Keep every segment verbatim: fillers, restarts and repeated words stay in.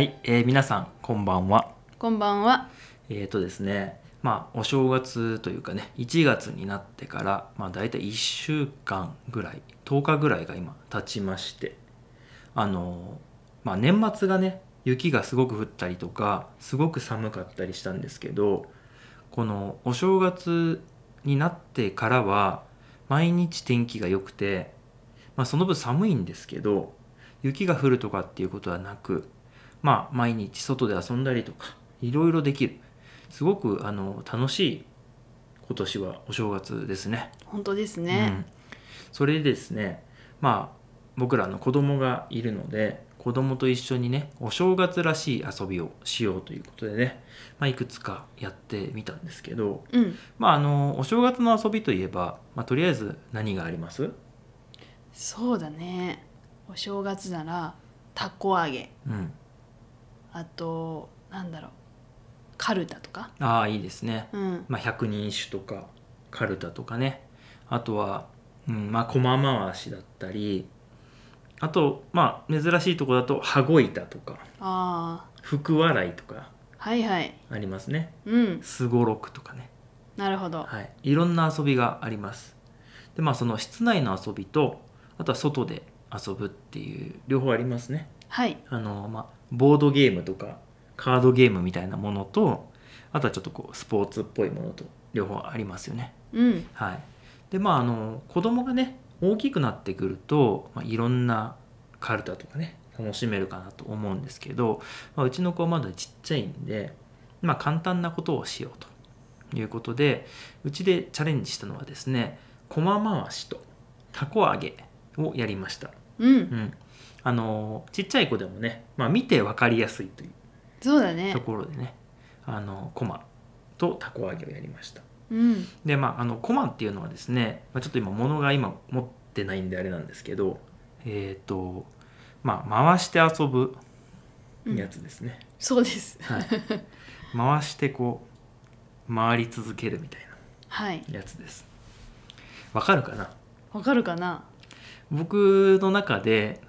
はい、えー皆さんこんばんは。 こんばんは。 えーとですね、まあお正月というかね、いちがつになってから、まあ大体いっしゅうかんぐらい、とおかぐらいが今経ちまして、あのーまあ年末がね、雪がすごく降ったりとか、すごく寒かったりしたんですけど、このお正月になってからは、毎日天気が良くて、まあその分寒いんですけど、雪が降るとかっていうことはなく、まあ毎日外で遊んだりとかいろいろできる、すごくあの楽しい今年はお正月ですね。 本当ですうね。 ん、それでですね、まあ僕らの子供がいるので、子供と一緒にねお正月らしい遊びをしようということでね、まあ、いくつかやってみたんですけど、 うん。 まああのお正月の遊びといえば、まあ、とりあえず何があります？ そうだね。お正月ならたこ揚げ、 うんあとなんだろう、カルタとか。 ああいいですね。 うん。 まあ、百人一首とかカルタとかね、あとは、うんまあ、駒回しだったり、あとまあ珍しいところだと羽子板とかああ、 福笑いとかはいはい。 ありますね。 うん。 すごろくとかね、 なるほど。 はい、いろんな遊びがあります。でまあその室内の遊びと、あとは外で遊ぶっていう両方ありますね。 はい。 あの、まあ、ボードゲームとかカードゲームみたいなものと、あとはちょっとこうスポーツっぽいものと両方ありますよね。 うん。 はい、でまああの子供がね大きくなってくると、まあ、いろんなカルタとかね楽しめるかなと思うんですけど、まあ、うちの子はまだちっちゃいんで、まあ、簡単なことをしようということで、うちでチャレンジしたのはですね、駒回しとたこ揚げをやりました。 うん。 うん、あのちっちゃい子でもね、まあ、見て分かりやすいというとそうだね。 ころでね、あのコマとたこ揚げをやりました。 うん。 でまああのコマっていうのはですね、まあ、ちょっと今物が今持ってないんであれなんですけど、えっ、とまあ回して遊ぶやつですね。 そうです。 はい、回してこう回り続けるみたいはい。 なやつです。わかるかな？ わかるかな。 僕の中で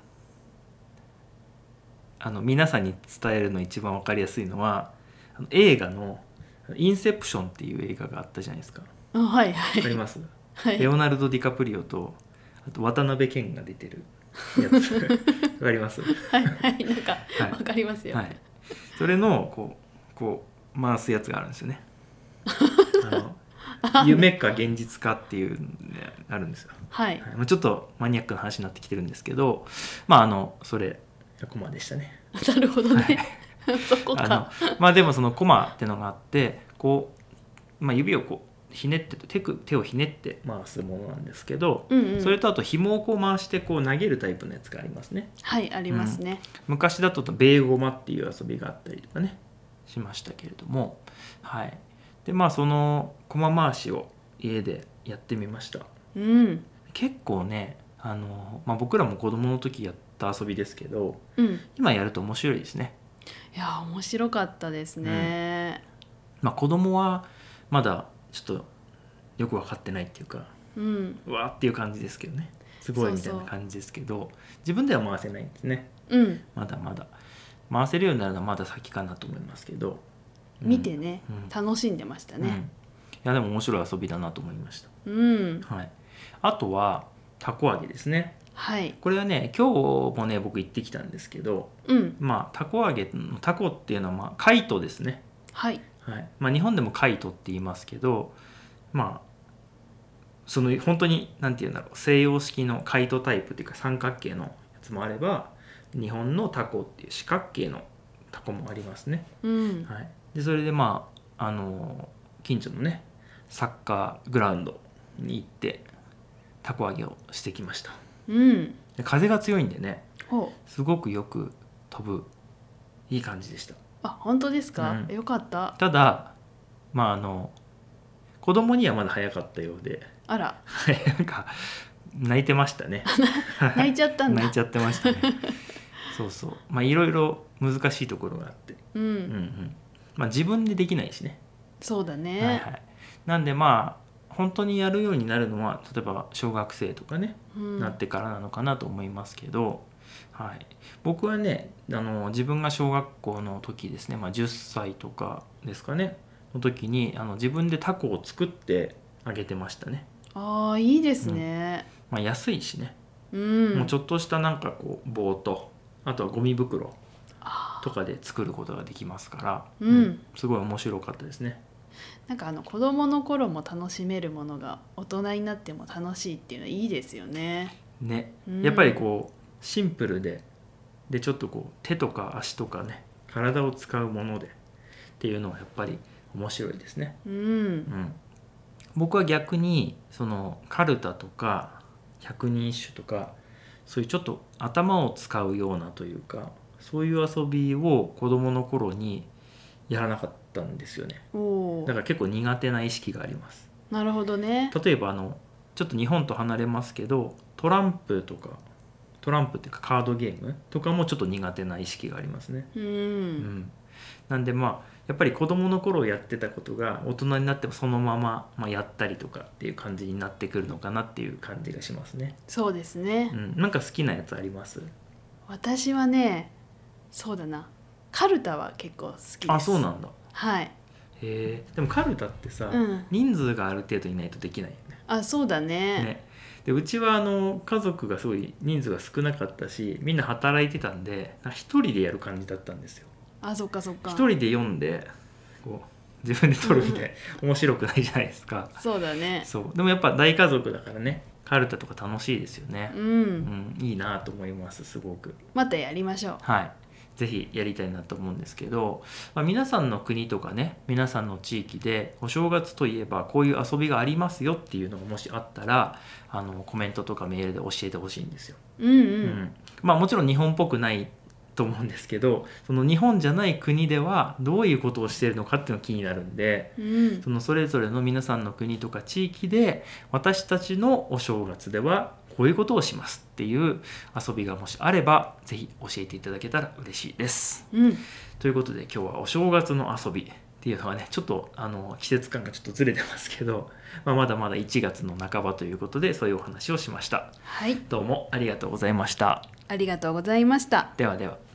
あの皆さんに伝えるの一番わかりやすいのは、あの映画の「インセプション」っていう映画があったじゃないですか。 あ、はいはい。 わかります？ はい。 レオナルド・ディカプリオとあと渡辺謙が出てるやつわかります？ はいはい。なんかはいわかりますよ。 はい、それのこうこう回すやつがあるんですよね。あの夢か現実かっていうのがあるんですよ。 はい。 はい、まあちょっとマニアックな話になってきてるんですけど、まああのそれがコマでしたね。 なるほどはいね。そこあのか。 まあでもそのコマってのがあって、こう、まあ、指をこうひねって手く手をひねって回すものなんですけど、 うんうん。 それとあと紐をこう回してこう投げるタイプのやつがありますね。 はいありますね。 昔だとベーゴマっていう遊びがあったりとかねしましたけれども、はい、でまあその駒回しを家でやってみました。 うん。 結構ねあの、まあ、僕らも子供の時やった遊びですけど、 うん。 今やると面白いですね。 いや面白かったですね。 まあ子供はまだちょっとよく分かってないっていうか、 うん。 うわーっていう感じですけどね、すごいみたいな感じですけど、自分では回せないんですね。 うん。 まだまだ回せるようになるのはまだ先かなと思いますけど、うん見てね、 うん楽しんでましたうん、いね。 やでも面白い遊びだなと思いましうん。 た。はい、あとはたこ揚げですね。 はい。 これはね今日もね僕行ってきたんですけど、 うん。 まあたこ揚げのたこっていうのはまあカイトですね。 はい。 はいまあ、日本でもカイトって言いますけど、まあその本当に何て言うんだろう、西洋式のカイトタイプっていうか三角形のやつもあれば、日本のタコっていう四角形のタコもありますね。 うん。 はい、でそれでまああの近所のねサッカーグラウンドに行ってたこ揚げをしてきました。 うん。 で風が強いんでねほう。 すごくよく飛ぶいい感じでした。 あ、本当ですか。 うんよかった。 ただまああの子供にはまだ早かったようで、 あら、 はいなんか泣いてましたね。 泣いちゃったんだ。 泣いちゃってましたね。そうそうまあいろいろ難しいところがあって、 ううんうんん。 まあ自分でできないしね。 そうだね。 はいはい、なんでまあ本当にやるようになるのは例えば小学生とかね、 うん。 なってからなのかなと思いますけど、 はい、僕はねあの自分が小学校の時ですね、まあ、じゅっさいとかですかねの時にあの自分でタコを作ってあげてましたね。 ああいいですね。 まあ、安いしね、 うん、 もうちょっとしたなんかこう棒とあとはゴミ袋あとかで作ることができますから、 ーうんすごい面白かったですね。 なんかあの子供の頃も楽しめるものが大人になっても楽しいっていうのはいいですよね。 ね、 うんやっぱりこうシンプルででちょっとこう手とか足とかね体を使うものでっていうのはやっぱり面白いですね。 ううんん、僕は逆にそのカルタとか百人一首とかそういうちょっと頭を使うようなというかそういう遊びを子供の頃にやらなかったんですよね。 おおだから結構苦手な意識があります。 なるほどね。 例えばあのちょっと日本と離れますけどトランプとかトランプっていうかカードゲームとかもちょっと苦手な意識がありますね。 ううんん、なんでまあやっぱり子供の頃やってたことが大人になってもそのまま、まあ、やったりとかっていう感じになってくるのかなっていう感じがしますね。 そうですね。 うん、なんか好きなやつあります？ 私はねそうだなカルタは結構好きです。 あ、そうなんだ。 はい。 へえ。でもカルタってさ、 うん人数がある程度いないとできないよね。 あそうだね。 ね。でうちはあの家族がすごい人数が少なかったしみんな働いてたんで一人でやる感じだったんですよ。 あそっかそっか。 一人で読んでこう自分で取るみたいな、面白くないじゃないですか。 そうだね。 そうでもやっぱ大家族だからねカルタとか楽しいですよねう。 うんん、いいなと思いますすごく。 またやりましょう。 はい、ぜひやりたいなと思うんですけど、まあ、皆さんの国とかね皆さんの地域でお正月といえばこういう遊びがありますよっていうのがもしあったらあのコメントとかメールで教えてほしいんですよ。 うんうん、 うんまあ、もちろん日本っぽくないと思うんですけどその日本じゃない国ではどういうことをしているのかっていうのが気になるんで、 うんそのそれぞれの皆さんの国とか地域で私たちのお正月ではこういうことをしますっていう遊びがもしあればぜひ教えていただけたら嬉しいです。 うんということで今日はお正月の遊びっていうのはねちょっとあの季節感がちょっとずれてますけど、まあ、まだまだいちがつの半ばということでそういうお話をしました。 はいどうもありがとうございました。 ありがとうございました。 ではでは。